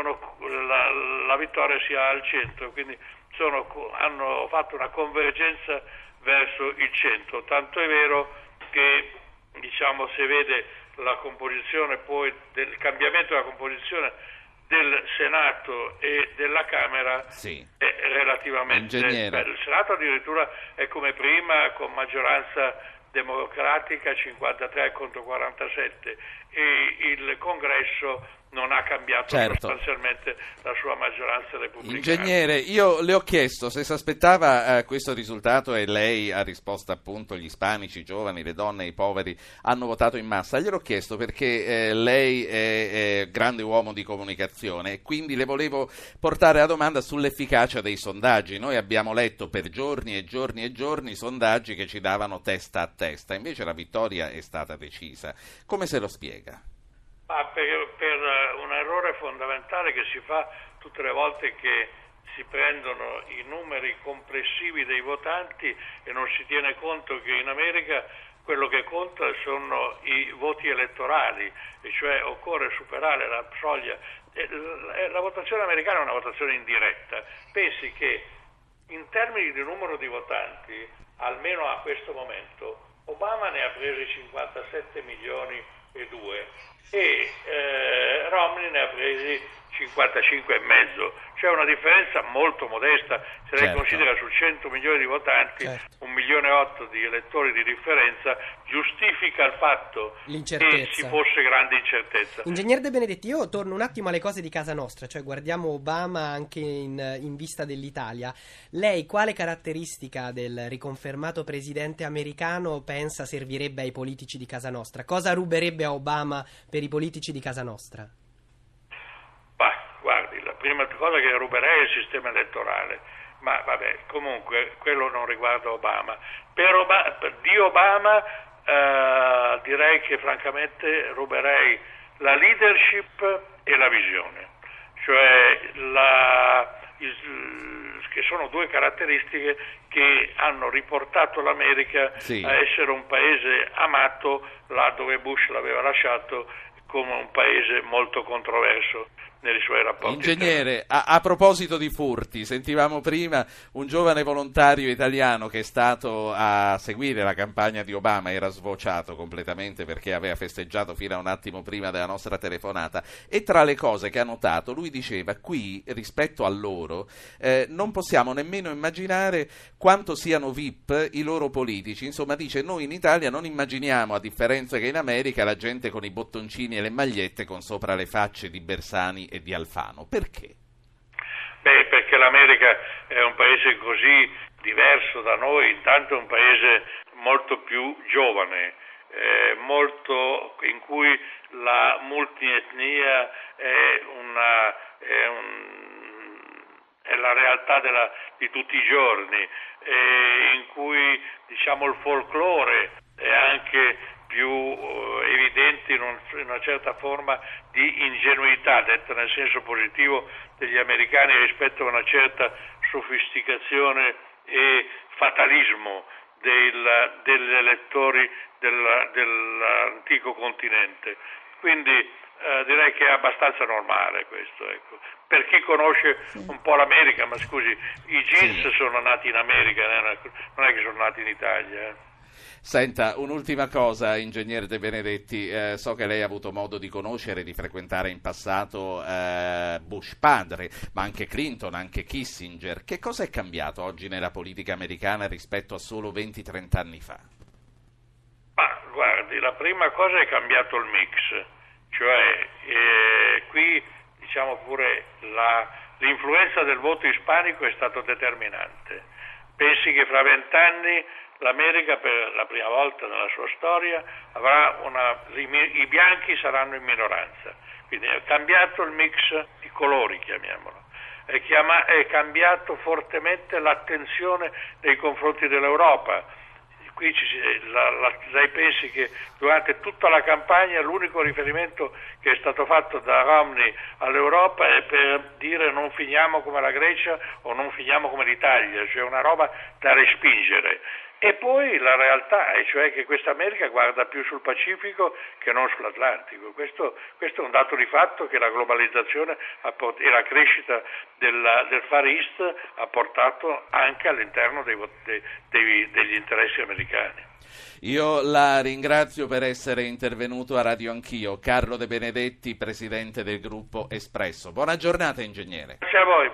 la vittoria si ha al centro, quindi hanno fatto una convergenza verso il centro, tanto è vero che se vede la composizione poi del cambiamento della composizione del Senato e della Camera, sì. È relativamente bello. Il Senato addirittura è come prima con maggioranza democratica 53 contro 47 e il Congresso non ha cambiato sostanzialmente la sua maggioranza repubblicana. Ingegnere, io le ho chiesto se si aspettava questo risultato e lei ha risposto appunto gli ispanici, i giovani, le donne, i poveri hanno votato in massa. Gliel'ho chiesto perché lei è grande uomo di comunicazione e quindi le volevo portare la domanda sull'efficacia dei sondaggi. Noi abbiamo letto per giorni e giorni e giorni sondaggi che ci davano testa a testa, invece la vittoria è stata decisa. Come se lo spiega? Per un errore fondamentale che si fa tutte le volte che si prendono i numeri complessivi dei votanti e non si tiene conto che in America quello che conta sono i voti elettorali, e cioè occorre superare la soglia. La votazione americana è una votazione indiretta. Pensi che in termini di numero di votanti, almeno a questo momento, Obama ne ha presi 57 milioni e 2 e Romney ne ha presi 55 e mezzo, c'è una differenza molto modesta se lei considera su 100 milioni di votanti 1,8 milioni di elettori di differenza, giustifica il fatto che ci fosse grande incertezza. Ingegner De Benedetti, io torno un attimo alle cose di casa nostra, cioè guardiamo Obama anche in vista dell'Italia. Lei quale caratteristica del riconfermato presidente americano pensa servirebbe ai politici di casa nostra? Cosa ruberebbe a Obama per i politici di casa nostra? Guardi, la prima cosa che ruberei è il sistema elettorale, ma vabbè, comunque quello non riguarda Obama. Di Obama direi che francamente ruberei la leadership e la visione, cioè che sono due caratteristiche che hanno riportato l'America a essere un paese amato là dove Bush l'aveva lasciato come un paese molto controverso nei suoi rapporti. Ingegnere, a proposito di furti, sentivamo prima un giovane volontario italiano che è stato a seguire la campagna di Obama, era svociato completamente perché aveva festeggiato fino a un attimo prima della nostra telefonata, e tra le cose che ha notato lui diceva: qui rispetto a loro non possiamo nemmeno immaginare quanto siano VIP i loro politici. Insomma, dice, noi in Italia non immaginiamo, a differenza che in America, la gente con i bottoncini e le magliette con sopra le facce di Bersani e di Alfano. Perché? Perché l'America è un paese così diverso da noi, intanto è un paese molto più giovane, molto in cui la multietnia è la realtà di tutti i giorni, in cui il folklore è anche più evidente in una certa forma di ingenuità, detta nel senso positivo, degli americani rispetto a una certa sofisticazione e fatalismo degli elettori dell'antico continente. Quindi direi che è abbastanza normale questo, ecco. Per chi conosce un po' l'America, ma scusi, i jeans sono nati in America, non è che sono nati in Italia. Senta, un'ultima cosa, ingegnere De Benedetti, so che lei ha avuto modo di conoscere, di frequentare in passato Bush padre, ma anche Clinton, anche Kissinger. Che cosa è cambiato oggi nella politica americana rispetto a solo 20-30 anni fa? Ma guardi, la prima cosa è cambiato il mix, cioè qui diciamo pure l'influenza del voto ispanico è stato determinante. Pensi che fra 20 anni l'America per la prima volta nella sua storia i bianchi saranno in minoranza, quindi è cambiato il mix di colori, chiamiamolo, è cambiato fortemente l'attenzione nei confronti dell'Europa. qui lei pensi che durante tutta la campagna l'unico riferimento che è stato fatto da Romney all'Europa è per dire non finiamo come la Grecia o non finiamo come l'Italia, cioè una roba da respingere. E poi la realtà è cioè che questa America guarda più sul Pacifico che non sull'Atlantico. Questo è un dato di fatto che la globalizzazione e la crescita del Far East ha portato anche all'interno degli interessi americani. Io la ringrazio per essere intervenuto a Radio Anch'io. Carlo De Benedetti, presidente del gruppo Espresso. Buona giornata, ingegnere. Grazie a voi.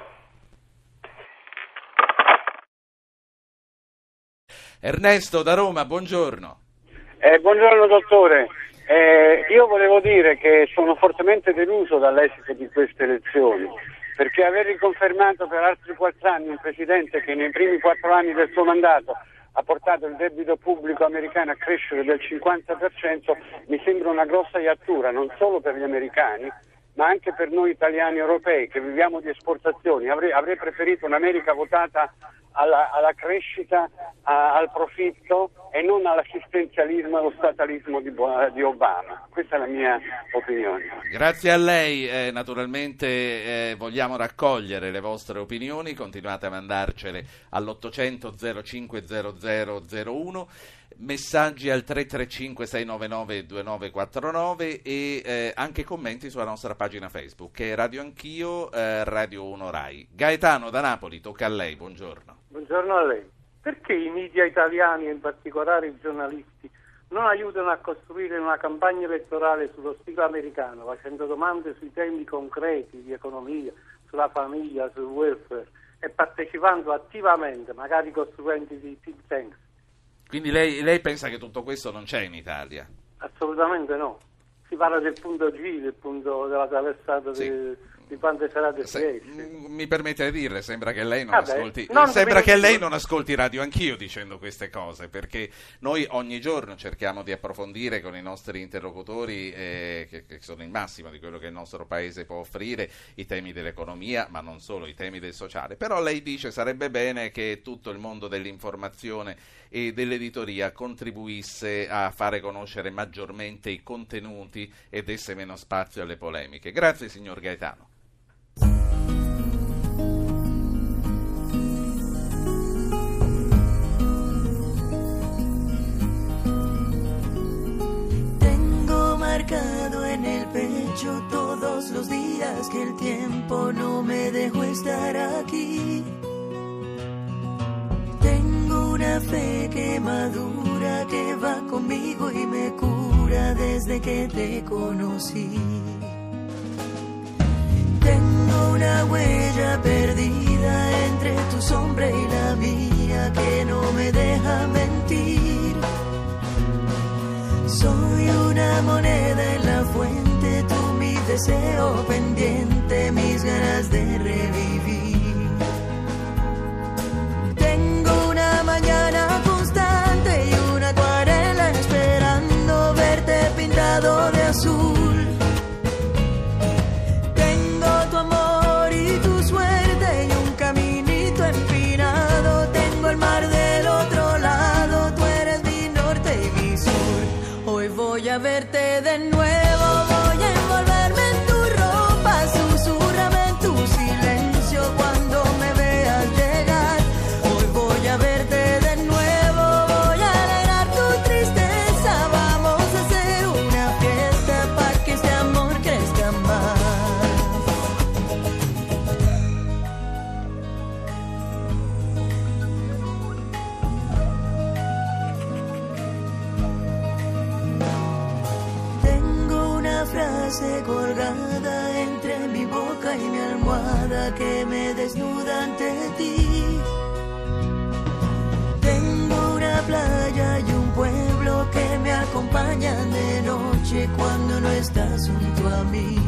Ernesto da Roma, buongiorno. Buongiorno dottore, io volevo dire che sono fortemente deluso dall'esito di queste elezioni, perché aver riconfermato per altri 4 anni un presidente che nei primi 4 anni del suo mandato ha portato il debito pubblico americano a crescere del 50% mi sembra una grossa iattura, non solo per gli americani, ma anche per noi italiani europei che viviamo di esportazioni. Avrei preferito un'America votata alla crescita, al profitto e non all'assistenzialismo e allo statalismo di Obama. Questa è la mia opinione. Grazie a lei, naturalmente vogliamo raccogliere le vostre opinioni, continuate a mandarcele all'800 05 0001, messaggi al 335 699 2949 e anche commenti sulla nostra pagina Facebook che è Radio Anch'io, Radio 1 Rai. Gaetano da Napoli, tocca a lei, buongiorno. Buongiorno a lei. Perché i media italiani e in particolare i giornalisti non aiutano a costruire una campagna elettorale sullo stile americano, facendo domande sui temi concreti di economia, sulla famiglia, sul welfare e partecipando attivamente, magari costruendo dei think tanks? Quindi lei pensa che tutto questo non c'è in Italia? Assolutamente no. Si parla del punto G, del punto della traversata di quante serate si esce. Mi permette di dire, sembra che lei non ascolti Radio Anch'io dicendo queste cose, perché noi ogni giorno cerchiamo di approfondire con i nostri interlocutori che sono il massimo di quello che il nostro paese può offrire, i temi dell'economia, ma non solo, i temi del sociale. Però lei dice sarebbe bene che tutto il mondo dell'informazione e dell'editoria contribuisse a fare conoscere maggiormente i contenuti e desse meno spazio alle polemiche. Grazie signor Gaetano. Tengo marcado en el pecho todos los días que el tiempo no me dejó estar aquí. Tengo una fe que madura, que va conmigo y me cura desde que te conocí. Tengo una huella perdida entre tu sombra y la mía que no me deja mentir. Soy una moneda en la fuente, tú mi deseo pendiente, mis ganas de revivir. Tengo una mañana constante y una acuarela esperando verte pintado de azul. Voy a verte de nuevo, voy a envolverme en tu ropa, susurrame en tu silencio cuando me veas llegar. Hoy voy a verte de nuevo, voy a alegrar tu tristeza, vamos a hacer una fiesta para que este amor crezca más. Frase colgada entre mi boca y mi almohada que me desnuda ante ti. Tengo una playa y un pueblo que me acompañan de noche cuando no estás junto a mí.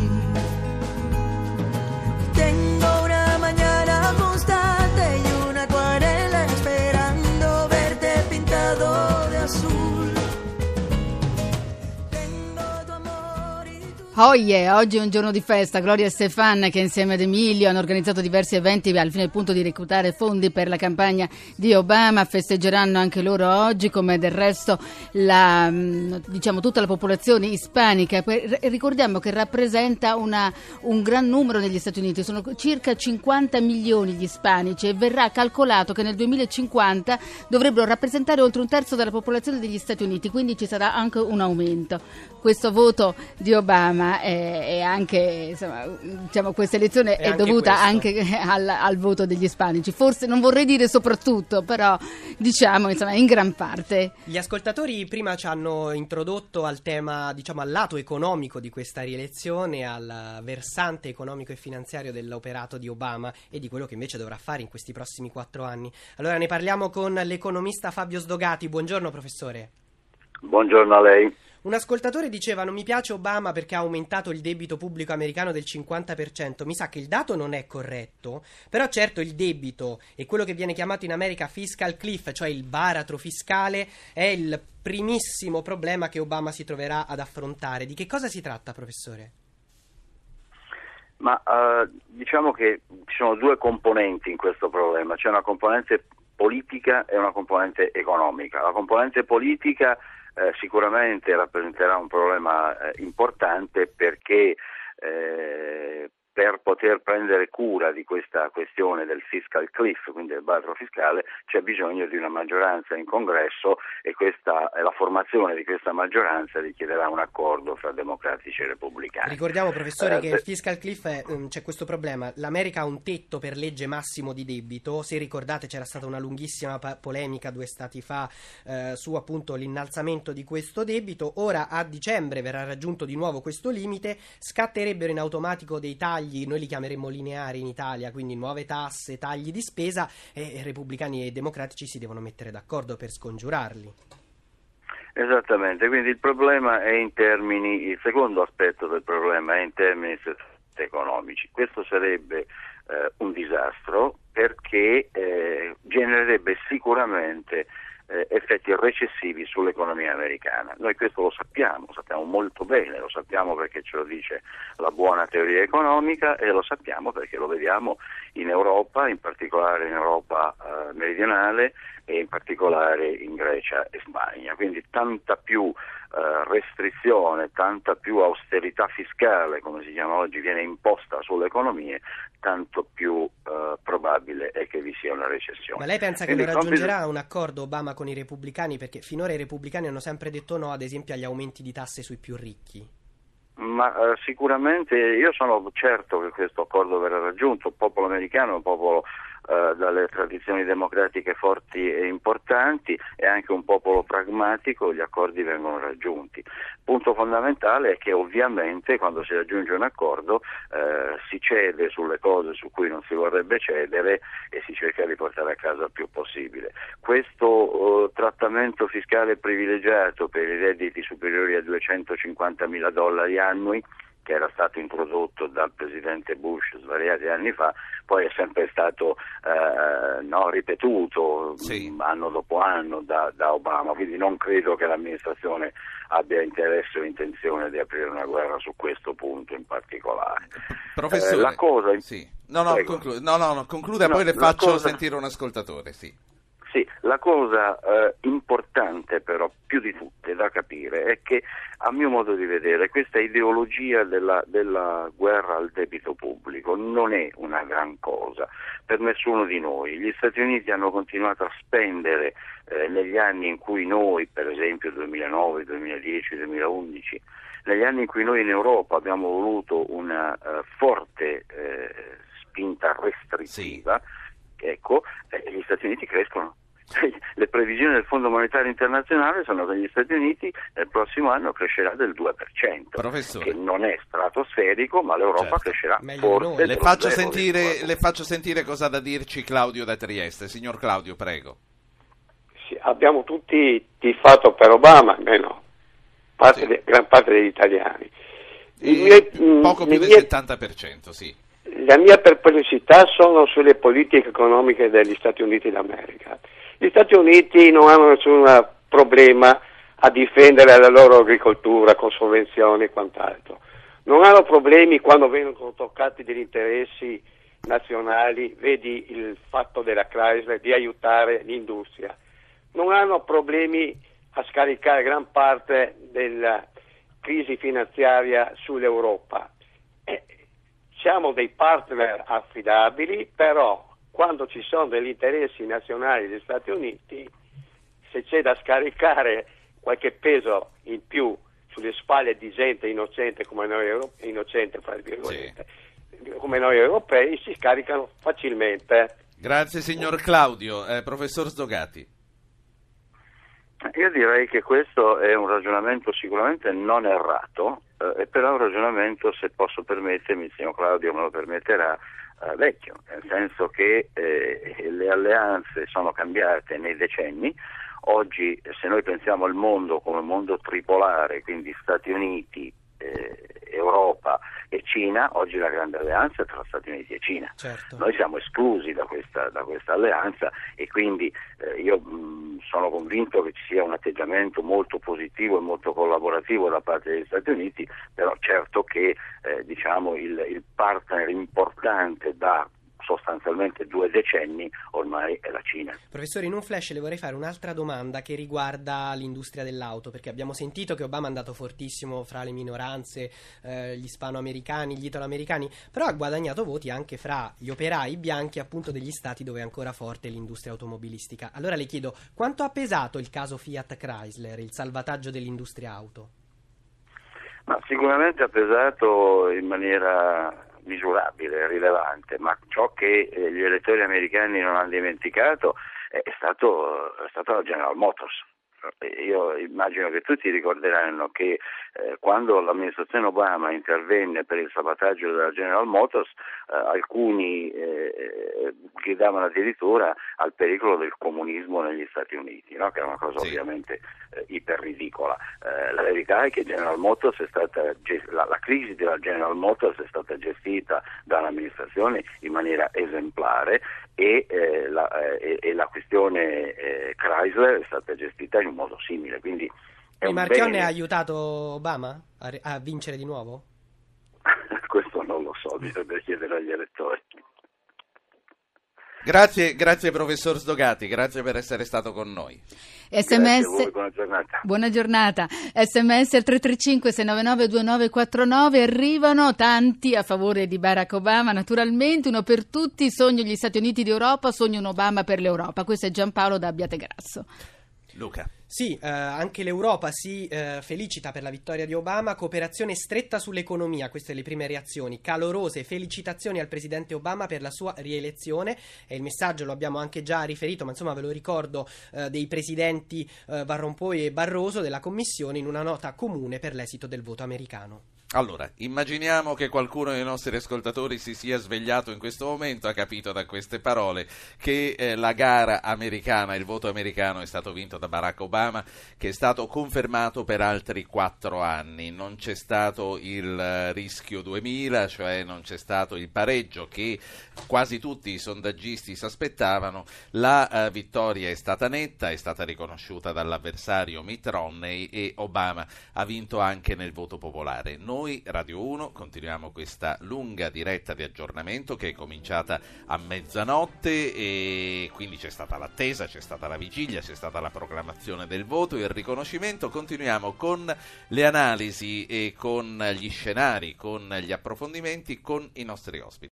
Tengo una mañana constante y una acuarela esperando verte pintado de azul. Oh yeah, oggi è un giorno di festa. Gloria e Stefan, che insieme ad Emilio hanno organizzato diversi eventi al fine appunto di reclutare fondi per la campagna di Obama, festeggeranno anche loro oggi, come del resto tutta la popolazione ispanica. Ricordiamo che rappresenta un gran numero negli Stati Uniti, sono circa 50 milioni gli ispanici, e verrà calcolato che nel 2050 dovrebbero rappresentare oltre un terzo della popolazione degli Stati Uniti, quindi ci sarà anche un aumento. Questo voto di Obama è anche, questa elezione è dovuta anche al voto degli ispanici, forse non vorrei dire soprattutto, però in gran parte. Gli ascoltatori prima ci hanno introdotto al tema, al lato economico di questa rielezione, al versante economico e finanziario dell'operato di Obama e di quello che invece dovrà fare in questi prossimi 4 anni. Allora ne parliamo con l'economista Fabio Sdogati. Buongiorno professore. Buongiorno a lei. Un ascoltatore diceva: non mi piace Obama perché ha aumentato il debito pubblico americano del 50%. Mi sa che il dato non è corretto, però certo il debito e quello che viene chiamato in America fiscal cliff, cioè il baratro fiscale, è il primissimo problema che Obama si troverà ad affrontare. Di che cosa si tratta, professore? Ma diciamo che ci sono 2 componenti in questo problema. C'è una componente politica e una componente economica. La componente politica sicuramente rappresenterà un problema importante, perché per poter prendere cura di questa questione del fiscal cliff, quindi del baratro fiscale, c'è bisogno di una maggioranza in Congresso, e la formazione di questa maggioranza richiederà un accordo fra democratici e repubblicani. Ricordiamo, professore, che il fiscal cliff c'è questo problema: l'America ha un tetto per legge massimo di debito. Se ricordate, c'era stata una lunghissima polemica 2 stati fa su appunto l'innalzamento di questo debito. Ora a dicembre verrà raggiunto di nuovo questo limite, scatterebbero in automatico dei tagli, noi li chiameremmo lineari in Italia, quindi nuove tasse, tagli di spesa, e repubblicani e democratici si devono mettere d'accordo per scongiurarli. Esattamente, quindi il problema è il secondo aspetto del problema è in termini economici. Questo sarebbe un disastro, perché genererebbe sicuramente effetti recessivi sull'economia americana. Noi questo lo sappiamo molto bene, lo sappiamo perché ce lo dice la buona teoria economica, e lo sappiamo perché lo vediamo in Europa, in particolare in Europa meridionale, e in particolare in Grecia e Spagna. Quindi tanta più restrizione, tanta più austerità fiscale, come si chiama oggi, viene imposta sulle economie, tanto più probabile è che vi sia una recessione. Ma lei pensa che lo raggiungerà un accordo Obama con i repubblicani? Perché finora i repubblicani hanno sempre detto no, ad esempio, agli aumenti di tasse sui più ricchi. Ma sicuramente io sono certo che questo accordo verrà raggiunto. Il popolo americano è un popolo dalle tradizioni democratiche forti e importanti, e anche un popolo pragmatico. Gli accordi vengono raggiunti. Il punto fondamentale è che ovviamente quando si raggiunge un accordo si cede sulle cose su cui non si vorrebbe cedere, e si cerca di portare a casa il più possibile. Questo trattamento fiscale privilegiato per i redditi superiori a $250.000 annui, che era stato introdotto dal presidente Bush svariati anni fa, poi è sempre stato ripetuto anno dopo anno da Obama, quindi non credo che l'amministrazione abbia interesse o intenzione di aprire una guerra su questo punto in particolare. Professore, la cosa concluda, poi le faccio sentire un ascoltatore. Sì, la cosa importante però, più di tutte, da capire è che, a mio modo di vedere, questa ideologia della guerra al debito pubblico non è una gran cosa per nessuno di noi. Gli Stati Uniti hanno continuato a spendere negli anni in cui noi, per esempio 2009, 2010, 2011, negli anni in cui noi in Europa abbiamo voluto una forte spinta restrittiva, gli Stati Uniti crescono. Le previsioni del Fondo Monetario Internazionale sono che gli Stati Uniti nel prossimo anno crescerà del 2%, professore, che non è stratosferico, ma l'Europa crescerà forse. Le faccio sentire cosa ha da dirci Claudio da Trieste. Signor Claudio, prego. Sì, abbiamo tutti tifato per Obama, almeno gran parte degli italiani. Poco più del 70%, sì. La mia perplessità sono sulle politiche economiche degli Stati Uniti d'America. Gli Stati Uniti non hanno nessun problema a difendere la loro agricoltura con sovvenzioni e quant'altro. non hanno problemi quando vengono toccati degli interessi nazionali, vedi il fatto della Chrysler di aiutare l'industria, non hanno problemi a scaricare gran parte della crisi finanziaria sull'Europa. Siamo dei partner affidabili, però quando ci sono degli interessi nazionali degli Stati Uniti, se c'è da scaricare qualche peso in più sulle spalle di gente innocente come noi innocente fra virgolette, come noi europei, si scaricano facilmente. Grazie signor Claudio. Professor Sdogati. Io direi che questo è un ragionamento sicuramente non errato, però un ragionamento, se posso permettermi, il signor Claudio me lo permetterà, vecchio, nel senso che le alleanze sono cambiate nei decenni. Oggi, se noi pensiamo al mondo come mondo tripolare, quindi Stati Uniti, Europa e Cina, oggi la grande alleanza è tra Stati Uniti e Cina. Certo. Noi siamo esclusi da questa alleanza e quindi io sono convinto che ci sia un atteggiamento molto positivo e molto collaborativo da parte degli Stati Uniti, però certo che il partner importante da sostanzialmente 2 decenni ormai è la Cina. Professore, in un flash le vorrei fare un'altra domanda che riguarda l'industria dell'auto, perché abbiamo sentito che Obama è andato fortissimo fra le minoranze, gli ispanoamericani, gli italoamericani, però ha guadagnato voti anche fra gli operai bianchi appunto degli stati dove è ancora forte l'industria automobilistica. Allora le chiedo, quanto ha pesato il caso Fiat Chrysler, il salvataggio dell'industria auto? Ma sicuramente ha pesato in maniera misurabile, rilevante, ma ciò che gli elettori americani non hanno dimenticato è stato la General Motors. Io immagino che tutti ricorderanno che quando l'amministrazione Obama intervenne per il sabotaggio della General Motors, alcuni gridavano addirittura al pericolo del comunismo negli Stati Uniti, no? Che era una cosa ovviamente iperridicola. La verità è che General Motors è stata la crisi della General Motors è stata gestita dall'amministrazione in maniera esemplare e la questione Chrysler è stata gestita in un modo simile. Quindi il Marchionne ha aiutato Obama a vincere di nuovo? Questo non lo so, bisogna chiedere agli elettori. Grazie professor Sdogati, grazie per essere stato con noi. SMS, voi, buona giornata. Buona giornata. SMS al 335-699-2949, arrivano tanti a favore di Barack Obama, naturalmente, uno per tutti, sogno gli Stati Uniti d'Europa, sogno un Obama per l'Europa. Questo è Giampaolo da Abbiategrasso. Luca. Sì, anche l'Europa si felicita per la vittoria di Obama, cooperazione stretta sull'economia, queste le prime reazioni, calorose felicitazioni al presidente Obama per la sua rielezione, e il messaggio lo abbiamo anche già riferito, ma insomma ve lo ricordo, dei presidenti Van Rompuy e Barroso della Commissione in una nota comune per l'esito del voto americano. Allora, immaginiamo che qualcuno dei nostri ascoltatori si sia svegliato in questo momento, ha capito da queste parole che la gara americana, il voto americano è stato vinto da Barack Obama, che è stato confermato per altri 4 anni. Non c'è stato il rischio 2000, cioè non c'è stato il pareggio che quasi tutti i sondaggisti si aspettavano. La vittoria è stata netta, è stata riconosciuta dall'avversario Mitt Romney e Obama ha vinto anche nel voto popolare. Noi, Radio 1, continuiamo questa lunga diretta di aggiornamento che è cominciata a mezzanotte e quindi c'è stata l'attesa, c'è stata la vigilia, c'è stata la proclamazione del voto e il riconoscimento. Continuiamo con le analisi e con gli scenari, con gli approfondimenti, con i nostri ospiti.